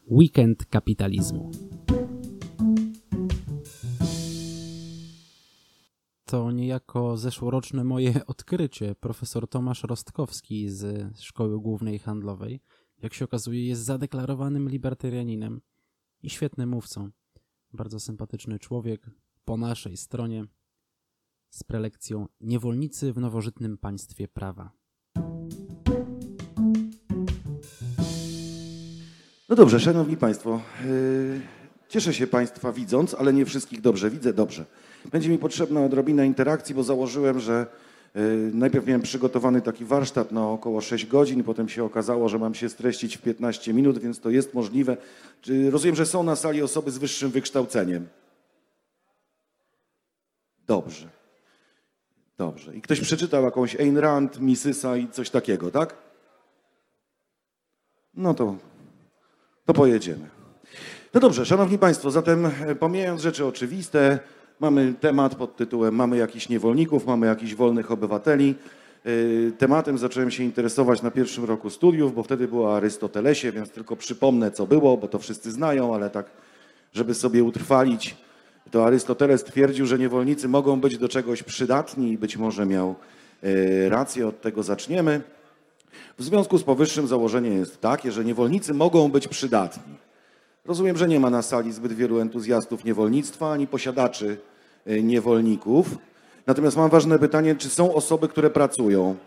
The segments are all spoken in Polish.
Weekend kapitalizmu. To niejako zeszłoroczne moje odkrycie. Profesor Tomasz Rostkowski z Szkoły Głównej Handlowej, jak się okazuje, jest zadeklarowanym libertarianinem i świetnym mówcą. Bardzo sympatyczny człowiek po naszej stronie z prelekcją Niewolnicy w nowożytnym państwie prawa. No dobrze, szanowni państwo, cieszę się państwa widząc, ale nie wszystkich dobrze widzę. Dobrze. Będzie mi potrzebna odrobina interakcji, bo założyłem, że najpierw miałem przygotowany taki warsztat na około 6 godzin, potem się okazało, że mam się streścić w 15 minut, więc to jest możliwe. Rozumiem, że są na sali osoby z wyższym wykształceniem. Dobrze. Dobrze. I ktoś przeczytał jakąś Ayn Rand, Misesa i coś takiego, tak? No to pojedziemy. No dobrze, szanowni państwo, zatem pomijając rzeczy oczywiste, mamy temat pod tytułem mamy jakichś niewolników, mamy jakichś wolnych obywateli. Tematem zacząłem się interesować na pierwszym roku studiów, bo wtedy było o Arystotelesie, więc tylko przypomnę, co było, bo to wszyscy znają, ale tak, żeby sobie utrwalić, to Arystoteles twierdził, że niewolnicy mogą być do czegoś przydatni i być może miał rację, od tego zaczniemy. W związku z powyższym założenie jest takie, że niewolnicy mogą być przydatni. Rozumiem, że nie ma na sali zbyt wielu entuzjastów niewolnictwa ani posiadaczy niewolników. Natomiast mam ważne pytanie, czy są osoby, które pracują?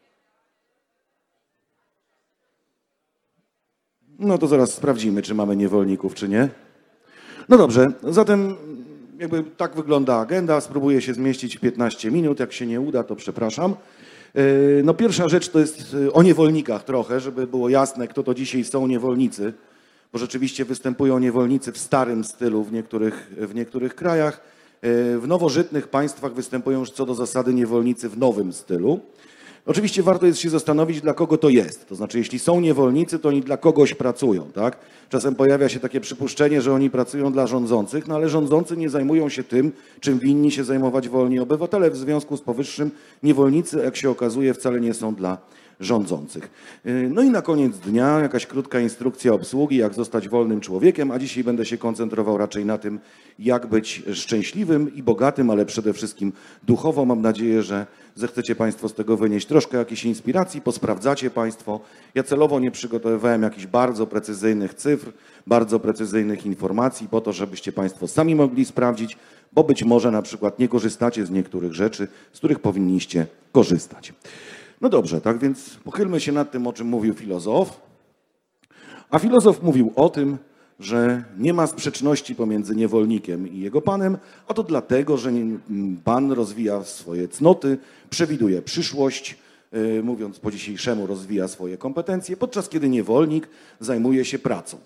No to zaraz sprawdzimy, czy mamy niewolników, czy nie. No dobrze, zatem jakby tak wygląda agenda. Spróbuję się zmieścić w 15 minut. Jak się nie uda, to przepraszam. No pierwsza rzecz to jest o niewolnikach trochę, żeby było jasne, kto to dzisiaj są niewolnicy, bo rzeczywiście występują niewolnicy w starym stylu w niektórych krajach. W nowożytnych państwach występują już co do zasady niewolnicy w nowym stylu. Oczywiście warto jest się zastanowić, dla kogo to jest. To znaczy, jeśli są niewolnicy, to oni dla kogoś pracują, tak? Czasem pojawia się takie przypuszczenie, że oni pracują dla rządzących, no ale rządzący nie zajmują się tym, czym winni się zajmować wolni obywatele. W związku z powyższym niewolnicy, jak się okazuje, wcale nie są dla rządzących. No i na koniec dnia jakaś krótka instrukcja obsługi, jak zostać wolnym człowiekiem, a dzisiaj będę się koncentrował raczej na tym, jak być szczęśliwym i bogatym, ale przede wszystkim duchowo. Mam nadzieję, że zechcecie państwo z tego wynieść troszkę jakiejś inspiracji, posprawdzacie państwo. Ja celowo nie przygotowywałem jakichś bardzo precyzyjnych cyfr, bardzo precyzyjnych informacji po to, żebyście państwo sami mogli sprawdzić, bo być może na przykład nie korzystacie z niektórych rzeczy, z których powinniście korzystać. No dobrze, tak więc pochylmy się nad tym, o czym mówił filozof. A filozof mówił o tym, że nie ma sprzeczności pomiędzy niewolnikiem i jego panem, a to dlatego, że pan rozwija swoje cnoty, przewiduje przyszłość, mówiąc po dzisiejszemu, rozwija swoje kompetencje, podczas kiedy niewolnik zajmuje się pracą.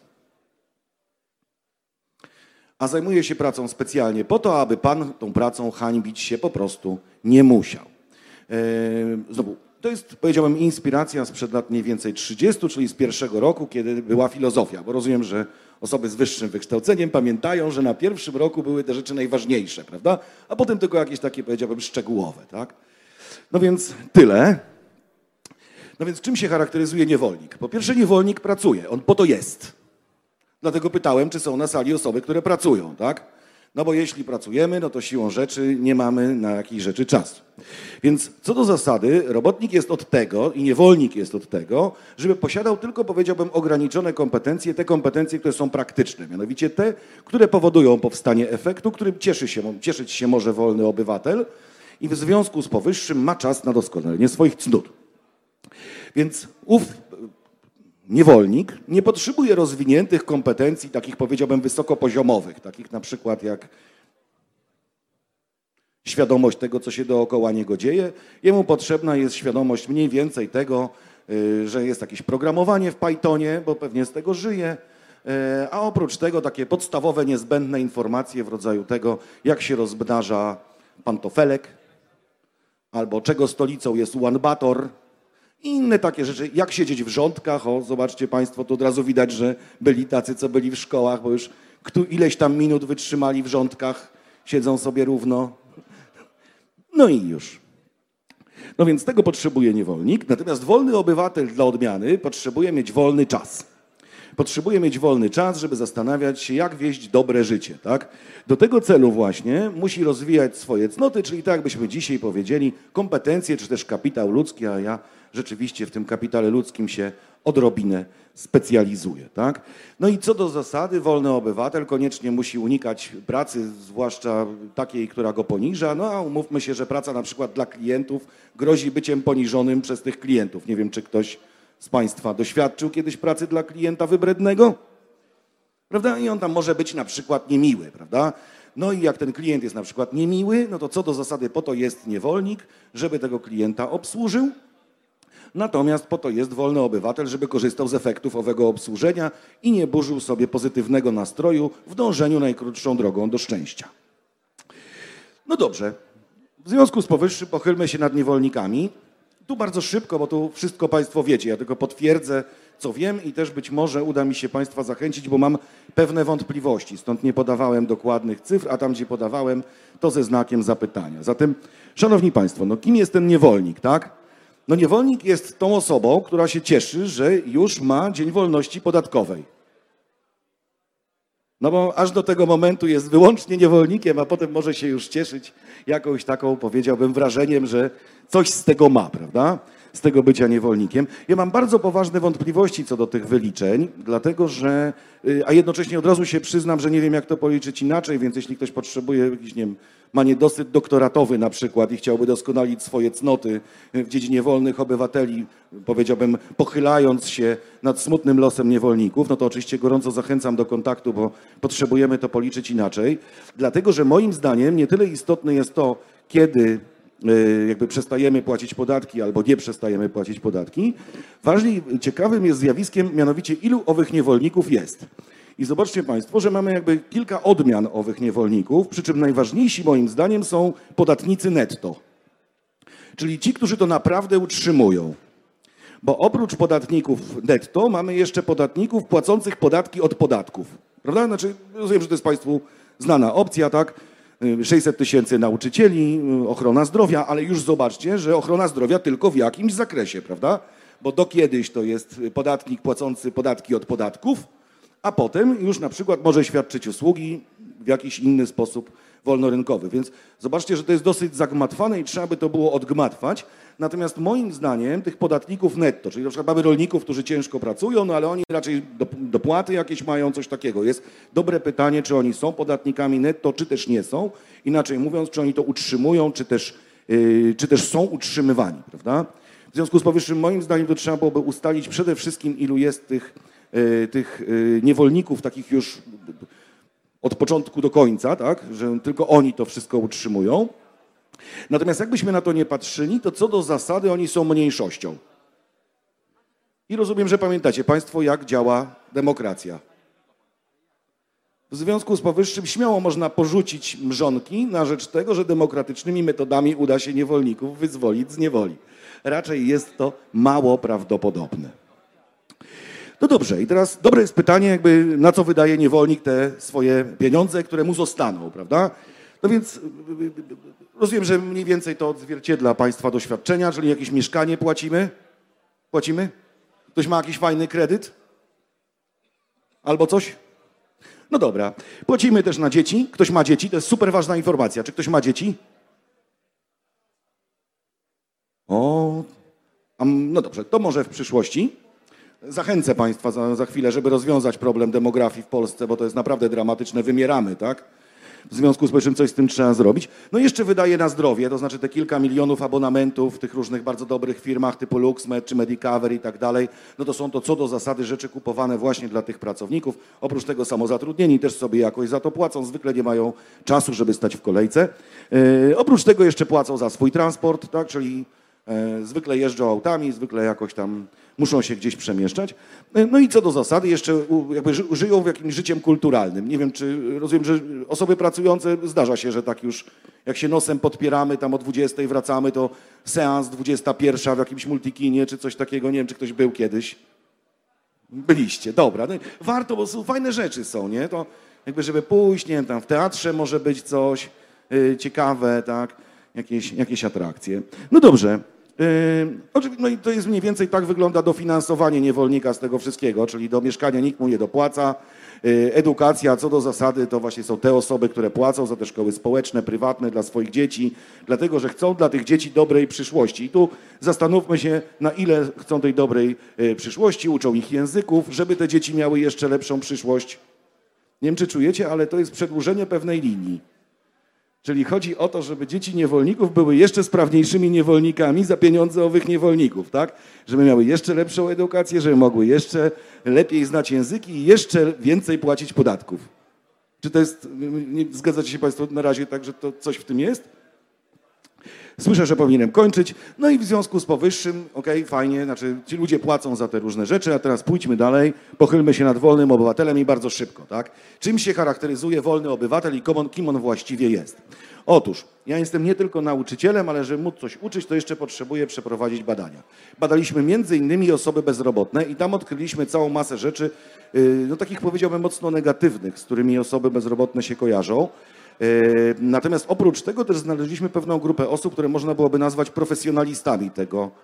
A zajmuje się pracą specjalnie po to, aby pan tą pracą hańbić się po prostu nie musiał. Znowu, to jest, powiedziałem, inspiracja sprzed lat mniej więcej 30, czyli z pierwszego roku, kiedy była filozofia, bo rozumiem, że osoby z wyższym wykształceniem pamiętają, że na pierwszym roku były te rzeczy najważniejsze, prawda? A potem tylko jakieś takie, powiedziałbym, szczegółowe, tak? No więc tyle. No więc czym się charakteryzuje niewolnik? Po pierwsze, niewolnik pracuje, on po to jest. Dlatego pytałem, czy są na sali osoby, które pracują, tak? No bo jeśli pracujemy, no to siłą rzeczy nie mamy na jakieś rzeczy czasu. Więc co do zasady, robotnik jest od tego i niewolnik jest od tego, żeby posiadał tylko, powiedziałbym, ograniczone kompetencje, te kompetencje, które są praktyczne, mianowicie te, które powodują powstanie efektu, którym cieszyć się może wolny obywatel i w związku z powyższym ma czas na doskonalenie swoich cnót. Więc niewolnik nie potrzebuje rozwiniętych kompetencji, takich, powiedziałbym, wysokopoziomowych, takich na przykład jak świadomość tego, co się dookoła niego dzieje. Jemu potrzebna jest świadomość mniej więcej tego, że jest jakieś programowanie w Pythonie, bo pewnie z tego żyje, a oprócz tego takie podstawowe, niezbędne informacje w rodzaju tego, jak się rozmnaża pantofelek, albo czego stolicą jest Ulaanbaatar, i inne takie rzeczy, jak siedzieć w rządkach. O, zobaczcie państwo, to od razu widać, że byli tacy, co byli w szkołach, bo już ileś tam minut wytrzymali w rządkach, siedzą sobie równo. No i już. No więc tego potrzebuje niewolnik, natomiast wolny obywatel dla odmiany potrzebuje mieć wolny czas. Potrzebuje mieć wolny czas, żeby zastanawiać się, jak wieść dobre życie, tak? Do tego celu właśnie musi rozwijać swoje cnoty, czyli tak jakbyśmy dzisiaj powiedzieli, kompetencje czy też kapitał ludzki, a ja rzeczywiście w tym kapitale ludzkim się odrobinę specjalizuję, tak? No i co do zasady, wolny obywatel koniecznie musi unikać pracy, zwłaszcza takiej, która go poniża, no a umówmy się, że praca na przykład dla klientów grozi byciem poniżonym przez tych klientów. Nie wiem, czy ktoś z Państwa doświadczył kiedyś pracy dla klienta wybrednego? Prawda? I on tam może być na przykład niemiły, prawda? No i jak ten klient jest na przykład niemiły, no to co do zasady po to jest niewolnik, żeby tego klienta obsłużył. Natomiast po to jest wolny obywatel, żeby korzystał z efektów owego obsłużenia i nie burzył sobie pozytywnego nastroju w dążeniu najkrótszą drogą do szczęścia. No dobrze, w związku z powyższym pochylmy się nad niewolnikami. Tu bardzo szybko, bo tu wszystko Państwo wiecie, ja tylko potwierdzę, co wiem i też być może uda mi się Państwa zachęcić, bo mam pewne wątpliwości, stąd nie podawałem dokładnych cyfr, a tam, gdzie podawałem, to ze znakiem zapytania. Zatem, Szanowni Państwo, no kim jest ten niewolnik, tak? No niewolnik jest tą osobą, która się cieszy, że już ma dzień wolności podatkowej. No bo aż do tego momentu jest wyłącznie niewolnikiem, a potem może się już cieszyć jakąś taką, powiedziałbym, wrażeniem, że coś z tego ma, prawda? Z tego bycia niewolnikiem. Ja mam bardzo poważne wątpliwości co do tych wyliczeń, dlatego że, a jednocześnie od razu się przyznam, że nie wiem, jak to policzyć inaczej, więc jeśli ktoś potrzebuje jakiś, nie wiem, ma niedosyt doktoratowy na przykład i chciałby doskonalić swoje cnoty w dziedzinie wolnych obywateli, powiedziałbym, pochylając się nad smutnym losem niewolników, no to oczywiście gorąco zachęcam do kontaktu, bo potrzebujemy to policzyć inaczej. Dlatego, że moim zdaniem nie tyle istotne jest to, kiedy jakby przestajemy płacić podatki albo nie przestajemy płacić podatki. Ważniej, ciekawym jest zjawiskiem, mianowicie ilu owych niewolników jest. I zobaczcie Państwo, że mamy jakby kilka odmian owych niewolników, przy czym najważniejsi moim zdaniem są podatnicy netto. Czyli ci, którzy to naprawdę utrzymują. Bo oprócz podatników netto mamy jeszcze podatników płacących podatki od podatków. Prawda? Znaczy, rozumiem, że to jest Państwu znana opcja, tak? 600 000 nauczycieli, ochrona zdrowia, ale już zobaczcie, że ochrona zdrowia tylko w jakimś zakresie, prawda? Bo do kiedyś to jest podatnik płacący podatki od podatków, a potem już na przykład może świadczyć usługi w jakiś inny sposób wolnorynkowy. Więc zobaczcie, że to jest dosyć zagmatwane i trzeba by to było odgmatwać. Natomiast moim zdaniem tych podatników netto, czyli na przykład mamy rolników, którzy ciężko pracują, no ale oni raczej dopłaty jakieś mają, coś takiego. Jest dobre pytanie, czy oni są podatnikami netto, czy też nie są. Inaczej mówiąc, czy oni to utrzymują, czy też są utrzymywani, prawda? W związku z powyższym moim zdaniem to trzeba byłoby ustalić przede wszystkim, ilu jest tych niewolników takich już od początku do końca, tak? Że tylko oni to wszystko utrzymują. Natomiast jakbyśmy na to nie patrzyli, to co do zasady oni są mniejszością. I rozumiem, że pamiętacie Państwo, jak działa demokracja. W związku z powyższym śmiało można porzucić mrzonki na rzecz tego, że demokratycznymi metodami uda się niewolników wyzwolić z niewoli. Raczej jest to mało prawdopodobne. No dobrze, i teraz dobre jest pytanie, jakby na co wydaje niewolnik te swoje pieniądze, które mu zostaną, prawda? No więc rozumiem, że mniej więcej to odzwierciedla Państwa doświadczenia, czyli jakieś mieszkanie płacimy? Płacimy? Ktoś ma jakiś fajny kredyt? Albo coś? No dobra. Płacimy też na dzieci. Ktoś ma dzieci? To jest super ważna informacja. Czy ktoś ma dzieci? O, no dobrze, to może w przyszłości. Zachęcę Państwa za chwilę, żeby rozwiązać problem demografii w Polsce, bo to jest naprawdę dramatyczne. Wymieramy, tak? W związku z czym coś z tym trzeba zrobić. No i jeszcze wydaje na zdrowie, to znaczy te kilka milionów abonamentów w tych różnych bardzo dobrych firmach typu LuxMed czy Medicover i tak dalej, no to są to co do zasady rzeczy kupowane właśnie dla tych pracowników. Oprócz tego samozatrudnieni też sobie jakoś za to płacą, zwykle nie mają czasu, żeby stać w kolejce. Oprócz tego jeszcze płacą za swój transport, tak, czyli zwykle jeżdżą autami, zwykle jakoś tam muszą się gdzieś przemieszczać. No i co do zasady jeszcze jakby żyją w jakimś życiem kulturalnym. Nie wiem, czy rozumiem, że osoby pracujące zdarza się, że tak już jak się nosem podpieramy, tam o 20 wracamy, to seans 21 w jakimś multikinie czy coś takiego. Nie wiem, czy ktoś był kiedyś. Byliście, dobra. No warto, bo są fajne rzeczy są, nie? To jakby żeby pójść, nie wiem, tam w teatrze może być coś ciekawe, tak? Jakieś atrakcje. No dobrze. No i to jest mniej więcej tak wygląda dofinansowanie niewolnika z tego wszystkiego, czyli do mieszkania nikt mu nie dopłaca. Edukacja, co do zasady, to właśnie są te osoby, które płacą za te szkoły społeczne, prywatne dla swoich dzieci, dlatego że chcą dla tych dzieci dobrej przyszłości. I tu zastanówmy się, na ile chcą tej dobrej przyszłości, uczą ich języków, żeby te dzieci miały jeszcze lepszą przyszłość. Nie wiem, czy czujecie, ale to jest przedłużenie pewnej linii. Czyli chodzi o to, żeby dzieci niewolników były jeszcze sprawniejszymi niewolnikami za pieniądze owych niewolników, tak? Żeby miały jeszcze lepszą edukację, żeby mogły jeszcze lepiej znać języki i jeszcze więcej płacić podatków. Czy to jest, nie zgadzacie się Państwo na razie tak, że to coś w tym jest? Słyszę, że powinienem kończyć. No i w związku z powyższym, okej, fajnie, znaczy ci ludzie płacą za te różne rzeczy, a teraz pójdźmy dalej, pochylmy się nad wolnym obywatelem i bardzo szybko, tak? Czym się charakteryzuje wolny obywatel i kim on właściwie jest? Otóż, ja jestem nie tylko nauczycielem, ale żeby móc coś uczyć, to jeszcze potrzebuję przeprowadzić badania. Badaliśmy między innymi osoby bezrobotne i tam odkryliśmy całą masę rzeczy, no takich powiedziałbym mocno negatywnych, z którymi osoby bezrobotne się kojarzą. Natomiast oprócz tego też znaleźliśmy pewną grupę osób, które można byłoby nazwać profesjonalistami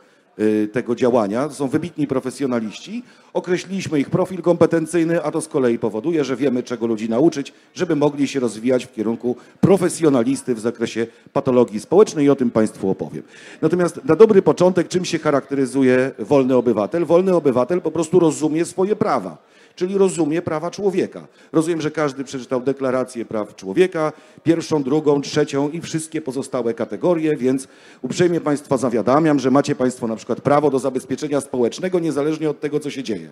tego działania. To są wybitni profesjonaliści. Określiliśmy ich profil kompetencyjny, a to z kolei powoduje, że wiemy, czego ludzi nauczyć, żeby mogli się rozwijać w kierunku profesjonalisty w zakresie patologii społecznej i o tym Państwu opowiem. Natomiast na dobry początek, czym się charakteryzuje wolny obywatel? Wolny obywatel po prostu rozumie swoje prawa. Czyli rozumie prawa człowieka. Rozumiem, że każdy przeczytał Deklarację Praw Człowieka, pierwszą, drugą, trzecią i wszystkie pozostałe kategorie, więc uprzejmie Państwa zawiadamiam, że macie Państwo na przykład prawo do zabezpieczenia społecznego niezależnie od tego, co się dzieje.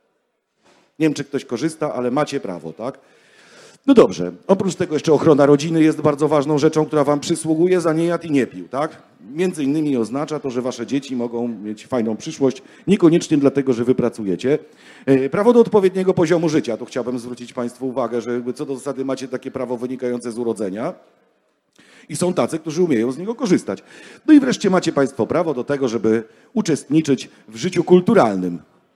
Nie wiem, czy ktoś korzysta, ale macie prawo, tak? No dobrze, oprócz tego jeszcze ochrona rodziny jest bardzo ważną rzeczą, która Wam przysługuje za nie jadł i nie pił, tak? Między innymi oznacza to, że Wasze dzieci mogą mieć fajną przyszłość, niekoniecznie dlatego, że Wy pracujecie. Prawo do odpowiedniego poziomu życia, tu chciałbym zwrócić Państwu uwagę, że co do zasady macie takie prawo wynikające z urodzenia i są tacy, którzy umieją z niego korzystać. No i wreszcie macie Państwo prawo do tego, żeby uczestniczyć w życiu kulturalnym.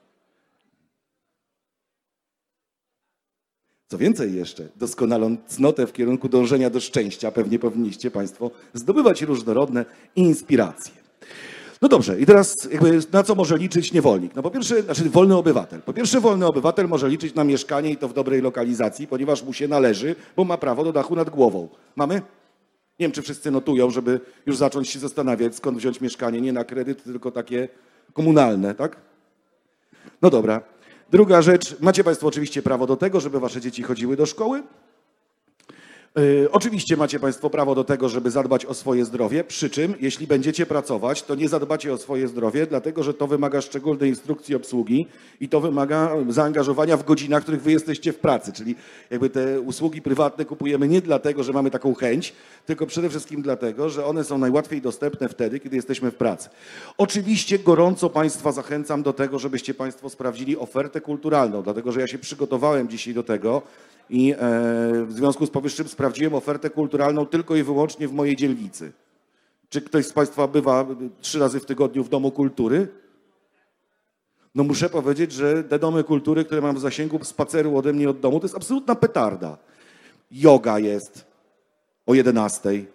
Co więcej jeszcze, doskonalą cnotę w kierunku dążenia do szczęścia pewnie powinniście Państwo zdobywać różnorodne inspiracje. No dobrze, i teraz jakby na co może liczyć niewolnik? No po pierwsze, znaczy wolny obywatel. Po pierwsze, wolny obywatel może liczyć na mieszkanie i to w dobrej lokalizacji, ponieważ mu się należy, bo ma prawo do dachu nad głową. Mamy? Nie wiem, czy wszyscy notują, żeby już zacząć się zastanawiać, skąd wziąć mieszkanie, nie na kredyt, tylko takie komunalne, tak? No dobra. Druga rzecz, macie Państwo oczywiście prawo do tego, żeby Wasze dzieci chodziły do szkoły. Oczywiście macie Państwo prawo do tego, żeby zadbać o swoje zdrowie, przy czym jeśli będziecie pracować, to nie zadbacie o swoje zdrowie, dlatego że to wymaga szczególnej instrukcji obsługi i to wymaga zaangażowania w godzinach, w których Wy jesteście w pracy, czyli jakby te usługi prywatne kupujemy nie dlatego, że mamy taką chęć, tylko przede wszystkim dlatego, że one są najłatwiej dostępne wtedy, kiedy jesteśmy w pracy. Oczywiście gorąco Państwa zachęcam do tego, żebyście Państwo sprawdzili ofertę kulturalną, dlatego że ja się przygotowałem dzisiaj do tego, i w związku z powyższym sprawdziłem ofertę kulturalną tylko i wyłącznie w mojej dzielnicy. Czy ktoś z Państwa bywa 3 razy w tygodniu w Domu Kultury? No muszę powiedzieć, że te domy kultury, które mam w zasięgu spaceru ode mnie od domu, to jest absolutna petarda. Yoga jest o 11.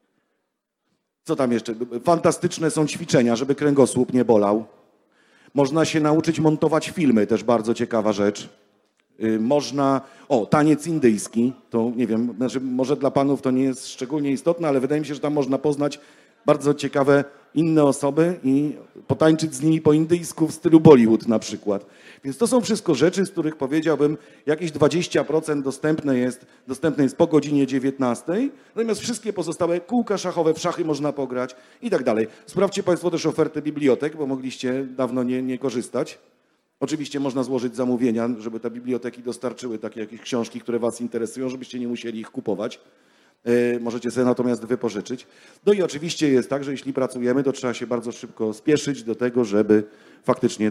Co tam jeszcze? Fantastyczne są ćwiczenia, żeby kręgosłup nie bolał. Można się nauczyć montować filmy, też bardzo ciekawa rzecz. Można, taniec indyjski, to nie wiem, znaczy może dla panów to nie jest szczególnie istotne, ale wydaje mi się, że tam można poznać bardzo ciekawe inne osoby i potańczyć z nimi po indyjsku w stylu Bollywood na przykład. Więc to są wszystko rzeczy, z których powiedziałbym jakieś 20% dostępne jest po godzinie 19, natomiast wszystkie pozostałe kółka szachowe, w szachy można pograć i tak dalej. Sprawdźcie Państwo też ofertę bibliotek, bo mogliście dawno nie korzystać. Oczywiście można złożyć zamówienia, żeby te biblioteki dostarczyły takie jakieś książki, które Was interesują, żebyście nie musieli ich kupować. Możecie sobie natomiast wypożyczyć. No i oczywiście jest tak, że jeśli pracujemy, to trzeba się bardzo szybko spieszyć do tego, żeby faktycznie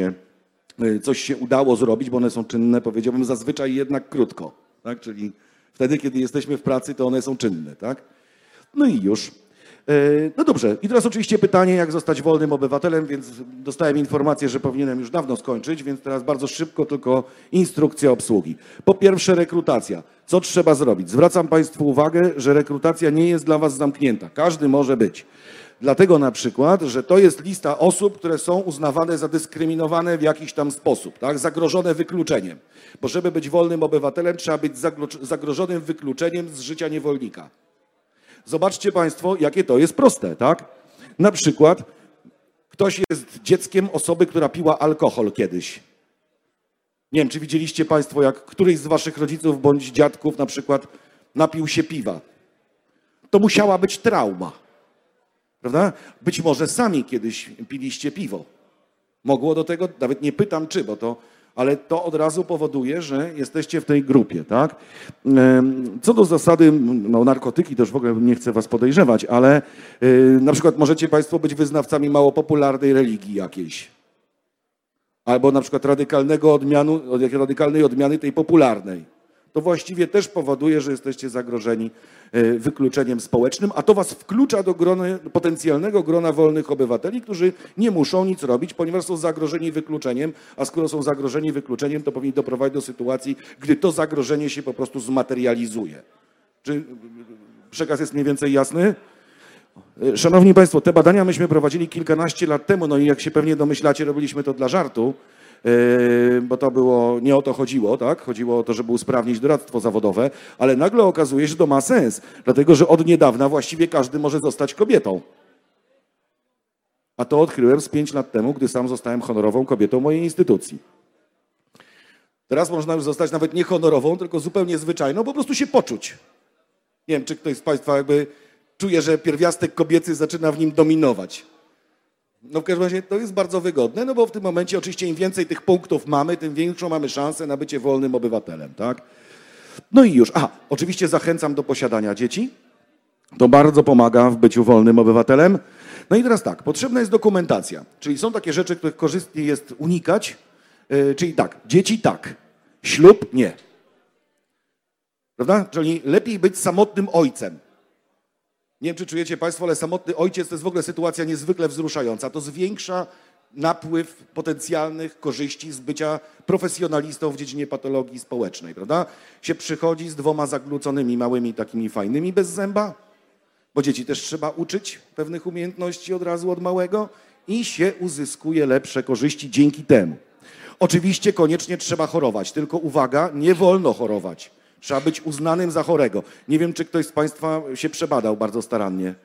coś się udało zrobić, bo one są czynne, powiedziałbym, zazwyczaj jednak krótko. Tak? Czyli wtedy, kiedy jesteśmy w pracy, to one są czynne. Tak? No i już. No dobrze, i teraz oczywiście pytanie, jak zostać wolnym obywatelem, więc dostałem informację, że powinienem już dawno skończyć, więc teraz bardzo szybko tylko instrukcja obsługi. Po pierwsze rekrutacja. Co trzeba zrobić? Zwracam Państwu uwagę, że rekrutacja nie jest dla Was zamknięta. Każdy może być. Dlatego na przykład, że to jest lista osób, które są uznawane za dyskryminowane w jakiś tam sposób, tak? Zagrożone wykluczeniem. Bo żeby być wolnym obywatelem, trzeba być zagrożonym wykluczeniem z życia niewolnika. Zobaczcie Państwo, jakie to jest proste, tak? Na przykład ktoś jest dzieckiem osoby, która piła alkohol kiedyś. Nie wiem, czy widzieliście Państwo, jak któryś z Waszych rodziców bądź dziadków na przykład napił się piwa. To musiała być trauma. Prawda? Być może sami kiedyś piliście piwo. Mogło do tego, nawet nie pytam czy, ale to od razu powoduje, że jesteście w tej grupie, tak? Co do zasady, no narkotyki to już w ogóle nie chcę was podejrzewać, ale na przykład możecie Państwo być wyznawcami mało popularnej religii jakiejś. Albo na przykład radykalnej odmiany tej popularnej. To właściwie też powoduje, że jesteście zagrożeni wykluczeniem społecznym, a to was wklucza do potencjalnego grona wolnych obywateli, którzy nie muszą nic robić, ponieważ są zagrożeni wykluczeniem, a skoro są zagrożeni wykluczeniem, to powinni doprowadzić do sytuacji, gdy to zagrożenie się po prostu zmaterializuje. Czy przekaz jest mniej więcej jasny? Szanowni Państwo, te badania myśmy prowadzili kilkanaście lat temu, no i jak się pewnie domyślacie, robiliśmy to dla żartu, bo to było, nie o to chodziło, tak? Chodziło o to, żeby usprawnić doradztwo zawodowe, ale nagle okazuje się, że to ma sens, dlatego że od niedawna właściwie każdy może zostać kobietą. A to odkryłem z 5 lat temu, gdy sam zostałem honorową kobietą mojej instytucji. Teraz można już zostać nawet nie honorową, tylko zupełnie zwyczajną, po prostu się poczuć. Nie wiem, czy ktoś z Państwa jakby czuje, że pierwiastek kobiecy zaczyna w nim dominować. No w każdym razie to jest bardzo wygodne, no bo w tym momencie oczywiście im więcej tych punktów mamy, tym większą mamy szansę na bycie wolnym obywatelem, tak? No i już. Oczywiście zachęcam do posiadania dzieci. To bardzo pomaga w byciu wolnym obywatelem. No i teraz tak, potrzebna jest dokumentacja, czyli są takie rzeczy, których korzystnie jest unikać, czyli tak, dzieci tak, ślub nie. Prawda? Czyli lepiej być samotnym ojcem. Nie wiem, czy czujecie Państwo, ale samotny ojciec to jest w ogóle sytuacja niezwykle wzruszająca. To zwiększa napływ potencjalnych korzyści z bycia profesjonalistą w dziedzinie patologii społecznej, prawda? Się przychodzi z 2 zagluconymi, małymi, takimi fajnymi bez zęba, bo dzieci też trzeba uczyć pewnych umiejętności od razu od małego i się uzyskuje lepsze korzyści dzięki temu. Oczywiście koniecznie trzeba chorować, tylko uwaga, nie wolno chorować. Trzeba być uznanym za chorego. Nie wiem, czy ktoś z Państwa się przebadał bardzo starannie.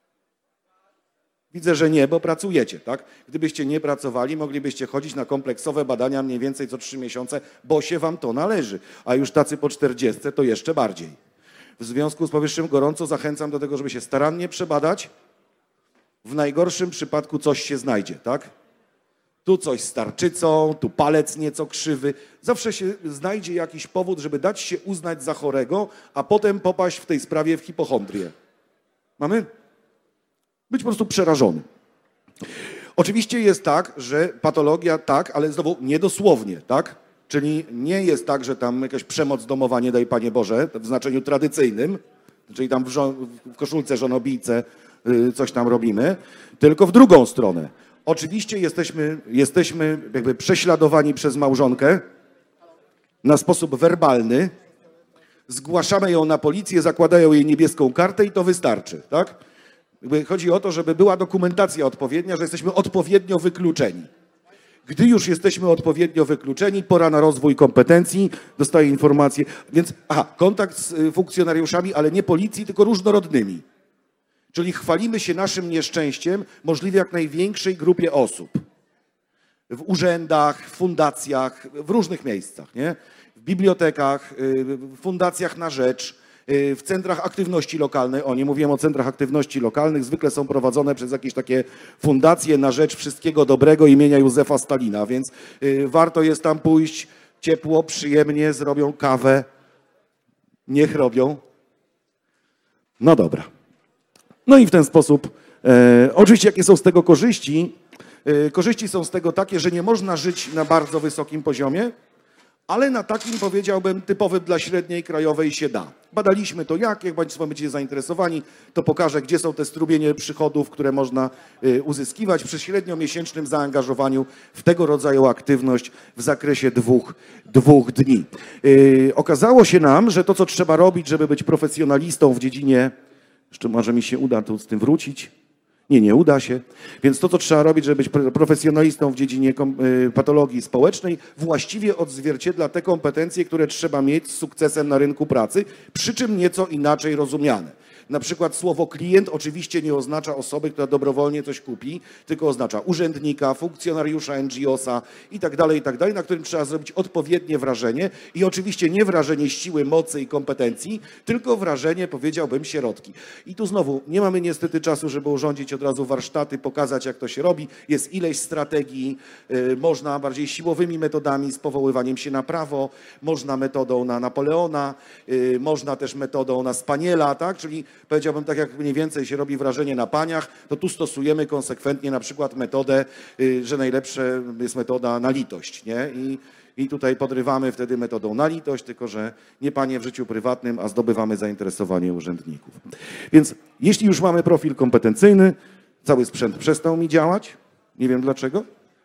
Widzę, że nie, bo pracujecie, tak? Gdybyście nie pracowali, moglibyście chodzić na kompleksowe badania mniej więcej co 3 miesiące, bo się wam to należy. A już tacy po 40 to jeszcze bardziej. W związku z powyższym gorąco zachęcam do tego, żeby się starannie przebadać. W najgorszym przypadku coś się znajdzie, tak? Tu coś z tarczycą, tu palec nieco krzywy. Zawsze się znajdzie jakiś powód, żeby dać się uznać za chorego, a potem popaść w tej sprawie w hipochondrię. Mamy? Być po prostu przerażony. Oczywiście jest tak, że patologia tak, ale znowu niedosłownie, tak? Czyli nie jest tak, że tam jakaś przemoc domowa, nie daj Panie Boże, w znaczeniu tradycyjnym, czyli tam w koszulce żonobijce coś tam robimy, tylko w drugą stronę. Oczywiście jesteśmy jakby prześladowani przez małżonkę na sposób werbalny, zgłaszamy ją na policję, zakładają jej niebieską kartę i to wystarczy, tak? Jakby chodzi o to, żeby była dokumentacja odpowiednia, że jesteśmy odpowiednio wykluczeni. Gdy już jesteśmy odpowiednio wykluczeni, pora na rozwój kompetencji, dostaję informacje, więc kontakt z funkcjonariuszami, ale nie policji, tylko różnorodnymi. Czyli chwalimy się naszym nieszczęściem możliwie jak największej grupie osób. W urzędach, w fundacjach, w różnych miejscach, nie? W bibliotekach, w fundacjach na rzecz, w centrach aktywności lokalnej. Nie mówiłem o centrach aktywności lokalnych, zwykle są prowadzone przez jakieś takie fundacje na rzecz wszystkiego dobrego imienia Józefa Stalina, więc warto jest tam pójść, ciepło, przyjemnie, zrobią kawę. Niech robią. No dobra. No i w ten sposób, oczywiście jakie są z tego korzyści? Korzyści są z tego takie, że nie można żyć na bardzo wysokim poziomie, ale na takim, powiedziałbym, typowym dla średniej krajowej się da. Badaliśmy to jak Państwo będziecie zainteresowani, to pokażę, gdzie są te strumienie przychodów, które można uzyskiwać przy średniomiesięcznym zaangażowaniu w tego rodzaju aktywność w zakresie dwóch dni. Okazało się nam, że to, co trzeba robić, żeby być profesjonalistą w dziedzinie, jeszcze może mi się uda tu z tym wrócić, Nie uda się. Więc to, co trzeba robić, żeby być profesjonalistą w dziedzinie patologii społecznej, właściwie odzwierciedla te kompetencje, które trzeba mieć z sukcesem na rynku pracy, przy czym nieco inaczej rozumiane. Na przykład słowo klient oczywiście nie oznacza osoby, która dobrowolnie coś kupi, tylko oznacza urzędnika, funkcjonariusza NGO-sa i tak dalej, na którym trzeba zrobić odpowiednie wrażenie i oczywiście nie wrażenie siły, mocy i kompetencji, tylko wrażenie, powiedziałbym, środki. I tu znowu nie mamy niestety czasu, żeby urządzić od razu warsztaty, pokazać, jak to się robi. Jest ileś strategii, można bardziej siłowymi metodami, z powoływaniem się na prawo, można metodą na Napoleona, można też metodą na Spaniela, tak? Czyli powiedziałbym, tak jak mniej więcej się robi wrażenie na paniach, to tu stosujemy konsekwentnie na przykład metodę, że najlepsza jest metoda na litość, nie? I tutaj podrywamy wtedy metodą na litość, tylko że nie panie w życiu prywatnym, a zdobywamy zainteresowanie urzędników. Więc jeśli już mamy profil kompetencyjny, cały sprzęt przestał mi działać, nie wiem dlaczego.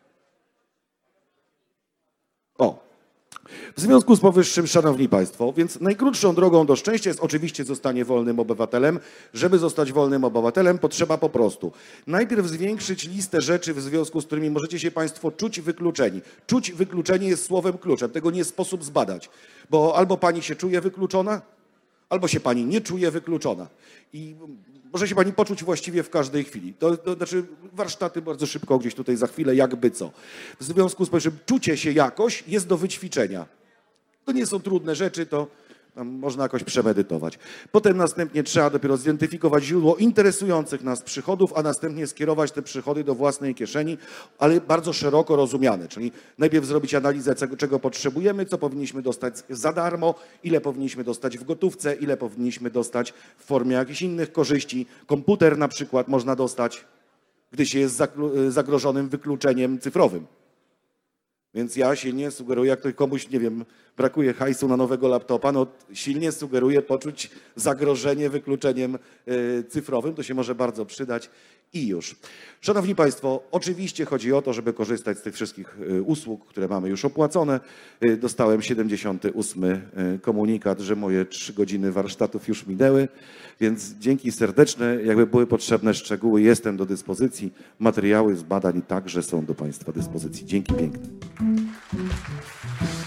W związku z powyższym, szanowni państwo, więc najkrótszą drogą do szczęścia jest oczywiście zostanie wolnym obywatelem. Żeby zostać wolnym obywatelem, potrzeba po prostu najpierw zwiększyć listę rzeczy, w związku z którymi możecie się państwo czuć wykluczeni. Czuć wykluczenie jest słowem kluczem, tego nie sposób zbadać, bo albo pani się czuje wykluczona, albo się pani nie czuje wykluczona. I może się pani poczuć właściwie w każdej chwili. To znaczy warsztaty bardzo szybko, gdzieś tutaj za chwilę, jakby co. W związku z tym, że czucie się jakoś jest do wyćwiczenia. To nie są trudne rzeczy, to można jakoś przemedytować. Potem następnie trzeba dopiero zidentyfikować źródło interesujących nas przychodów, a następnie skierować te przychody do własnej kieszeni, ale bardzo szeroko rozumiane. Czyli najpierw zrobić analizę, czego potrzebujemy, co powinniśmy dostać za darmo, ile powinniśmy dostać w gotówce, ile powinniśmy dostać w formie jakichś innych korzyści. Komputer na przykład można dostać, gdy się jest zagrożonym wykluczeniem cyfrowym. Więc ja silnie sugeruję, jak ktoś komuś, nie wiem, brakuje hajsu na nowego laptopa, no silnie sugeruję poczuć zagrożenie wykluczeniem cyfrowym, to się może bardzo przydać i już. Szanowni państwo, oczywiście chodzi o to, żeby korzystać z tych wszystkich usług, które mamy już opłacone. Dostałem 78. komunikat, że moje 3 godziny warsztatów już minęły, więc dzięki serdeczne, jakby były potrzebne szczegóły, jestem do dyspozycji. Materiały z badań także są do państwa dyspozycji. Dzięki piękne.